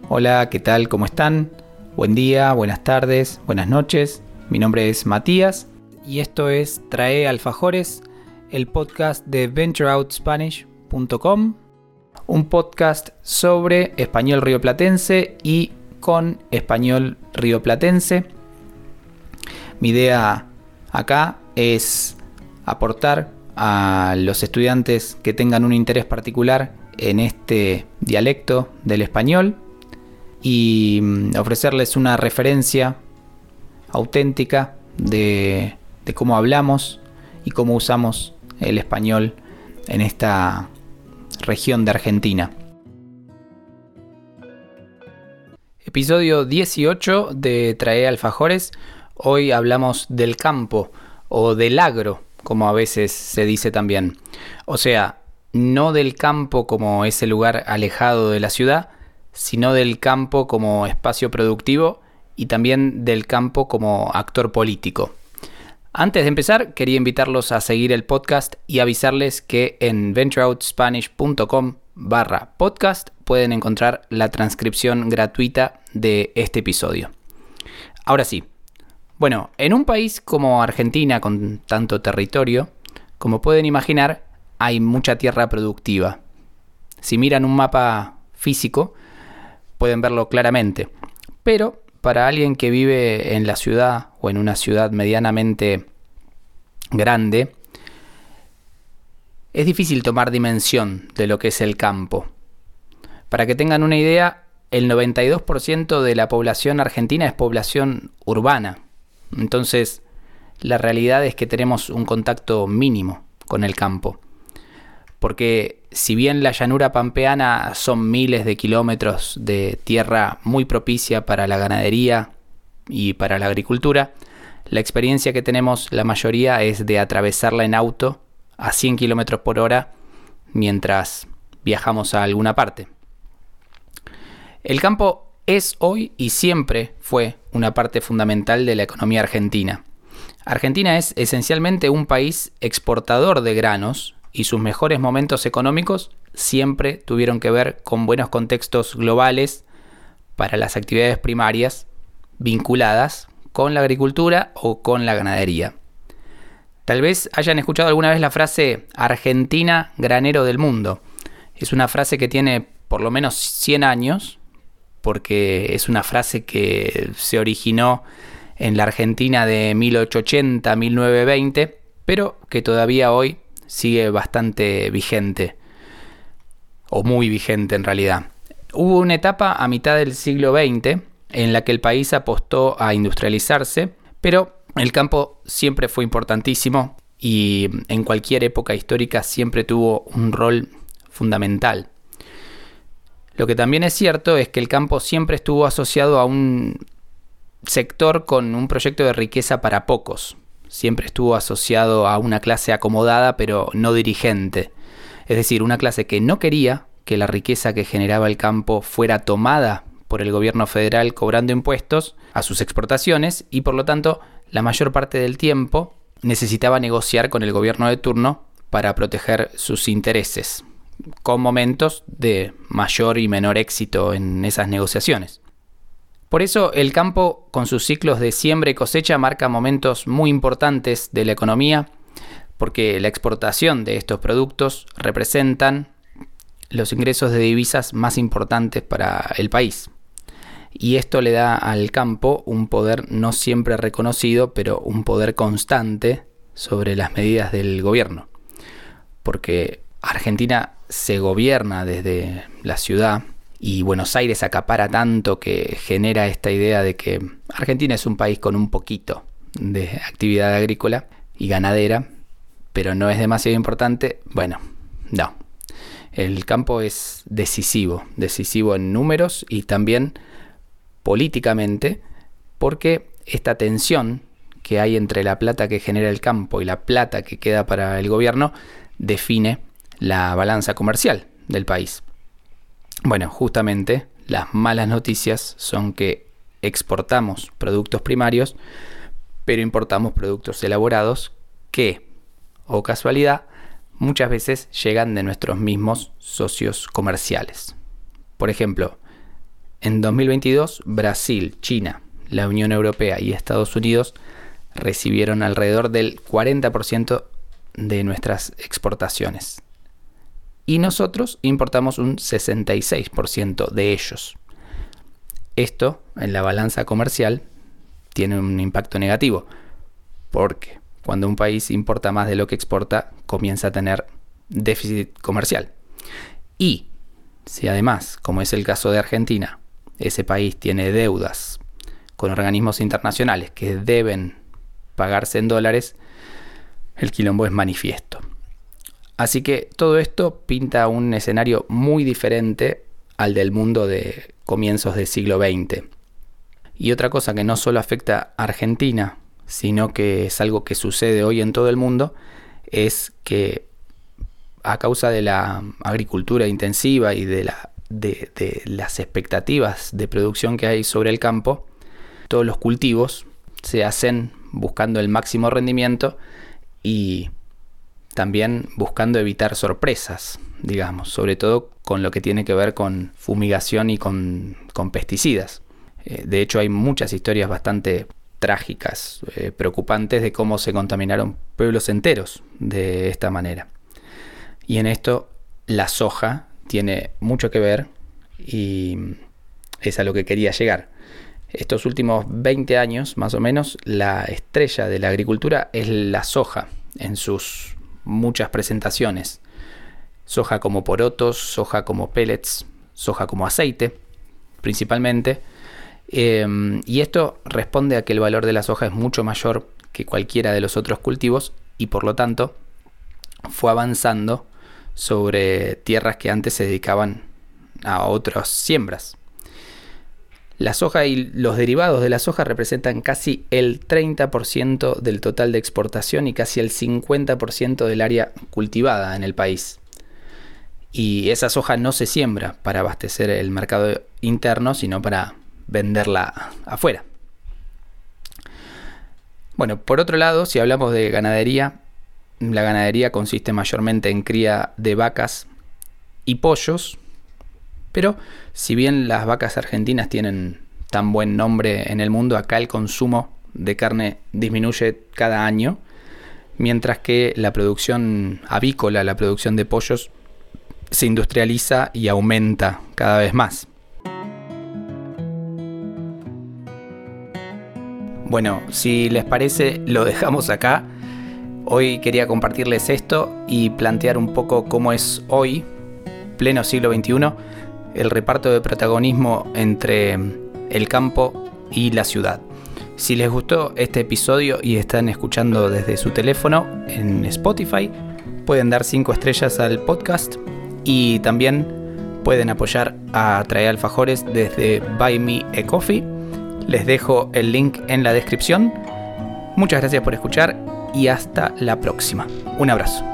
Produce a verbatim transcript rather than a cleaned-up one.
Hola, ¿qué tal? ¿Cómo están? Buen día, buenas tardes, buenas noches. Mi nombre es Matías y esto es Trae Alfajores, el podcast de venture out spanish punto com, un podcast sobre español rioplatense y con español rioplatense. Mi idea acá es aportar a los estudiantes que tengan un interés particular en este dialecto del español y ofrecerles una referencia auténtica de, de cómo hablamos y cómo usamos el español en esta región de Argentina. Episodio dieciocho de Trae Alfajores. Hoy hablamos del campo o del agro, como a veces se dice también. O sea, no del campo como ese lugar alejado de la ciudad, sino del campo como espacio productivo y también del campo como actor político. Antes de empezar, quería invitarlos a seguir el podcast y avisarles que en venture out spanish punto com barra podcast pueden encontrar la transcripción gratuita de este episodio. Ahora sí, bueno, en un país como Argentina con tanto territorio, como pueden imaginar, hay mucha tierra productiva. Si miran un mapa físico, pueden verlo claramente. Pero para alguien que vive en la ciudad o en una ciudad medianamente grande, es difícil tomar dimensión de lo que es el campo. Para que tengan una idea, el noventa y dos por ciento de la población argentina es población urbana. Entonces, la realidad es que tenemos un contacto mínimo con el campo. Porque si bien la llanura pampeana son miles de kilómetros de tierra muy propicia para la ganadería y para la agricultura, la experiencia que tenemos la mayoría es de atravesarla en auto a cien kilómetros por hora mientras viajamos a alguna parte. El campo es hoy y siempre fue una parte fundamental de la economía argentina. Argentina es esencialmente un país exportador de granos y sus mejores momentos económicos siempre tuvieron que ver con buenos contextos globales para las actividades primarias vinculadas con la agricultura o con la ganadería. Tal vez hayan escuchado alguna vez la frase Argentina, granero del mundo. Es una frase que tiene por lo menos cien años, porque es una frase que se originó en la Argentina de mil ochocientos ochenta a mil novecientos veinte, pero que todavía hoy sigue bastante vigente, o muy vigente en realidad. Hubo una etapa a mitad del siglo veinte en la que el país apostó a industrializarse, pero el campo siempre fue importantísimo y en cualquier época histórica siempre tuvo un rol fundamental. Lo que también es cierto es que el campo siempre estuvo asociado a un sector con un proyecto de riqueza para pocos. Siempre estuvo asociado a una clase acomodada pero no dirigente. Es decir, una clase que no quería que la riqueza que generaba el campo fuera tomada por el gobierno federal cobrando impuestos a sus exportaciones y por lo tanto la mayor parte del tiempo necesitaba negociar con el gobierno de turno para proteger sus intereses, con momentos de mayor y menor éxito en esas negociaciones. Por eso el campo, con sus ciclos de siembra y cosecha, marca momentos muy importantes de la economía, porque la exportación de estos productos representan los ingresos de divisas más importantes para el país. Y esto le da al campo un poder no siempre reconocido, pero un poder constante sobre las medidas del gobierno. Porque Argentina se gobierna desde la ciudad, y Buenos Aires acapara tanto que genera esta idea de que Argentina es un país con un poquito de actividad agrícola y ganadera, pero no es demasiado importante. Bueno, no. El campo es decisivo, decisivo en números y también políticamente, porque esta tensión que hay entre la plata que genera el campo y la plata que queda para el gobierno define la balanza comercial del país. Bueno, justamente las malas noticias son que exportamos productos primarios, pero importamos productos elaborados que, o casualidad, muchas veces llegan de nuestros mismos socios comerciales. Por ejemplo, En dos mil veintidós, Brasil, China, la Unión Europea y Estados Unidos recibieron alrededor del cuarenta por ciento de nuestras exportaciones. Y nosotros importamos un sesenta y seis por ciento de ellos. Esto, en la balanza comercial, tiene un impacto negativo, porque cuando un país importa más de lo que exporta, comienza a tener déficit comercial. Y si además, como es el caso de Argentina, ese país tiene deudas con organismos internacionales que deben pagarse en dólares, el quilombo es manifiesto. Así que todo esto pinta un escenario muy diferente al del mundo de comienzos del siglo veinte. Y otra cosa que no solo afecta a Argentina, sino que es algo que sucede hoy en todo el mundo, es que a causa de la agricultura intensiva y de, la, de, de las expectativas de producción que hay sobre el campo, todos los cultivos se hacen buscando el máximo rendimiento y también buscando evitar sorpresas, digamos, sobre todo con lo que tiene que ver con fumigación y con, con pesticidas. Eh, de hecho, hay muchas historias bastante trágicas, eh, preocupantes de cómo se contaminaron pueblos enteros de esta manera. Y en esto la soja tiene mucho que ver y es a lo que quería llegar. Estos últimos veinte años, más o menos, la estrella de la agricultura es la soja en sus muchas presentaciones. Soja como porotos, soja como pellets, soja como aceite, principalmente. Eh, y esto responde a que el valor de la soja es mucho mayor que cualquiera de los otros cultivos y por lo tanto fue avanzando sobre tierras que antes se dedicaban a otras siembras. La soja y los derivados de la soja representan casi el treinta por ciento del total de exportación y casi el cincuenta por ciento del área cultivada en el país. Y esa soja no se siembra para abastecer el mercado interno, sino para venderla afuera. Bueno, por otro lado, si hablamos de ganadería, la ganadería consiste mayormente en cría de vacas y pollos, pero si bien las vacas argentinas tienen tan buen nombre en el mundo, acá el consumo de carne disminuye cada año, mientras que la producción avícola, la producción de pollos, se industrializa y aumenta cada vez más. Bueno, si les parece, lo dejamos acá. Hoy quería compartirles esto y plantear un poco cómo es hoy, pleno siglo veintiuno, el reparto de protagonismo entre el campo y la ciudad. Si les gustó este episodio y están escuchando desde su teléfono en Spotify, pueden dar cinco estrellas al podcast y también pueden apoyar a Trae Alfajores desde Buy Me a Coffee. Les dejo el link en la descripción. Muchas gracias por escuchar y hasta la próxima. Un abrazo.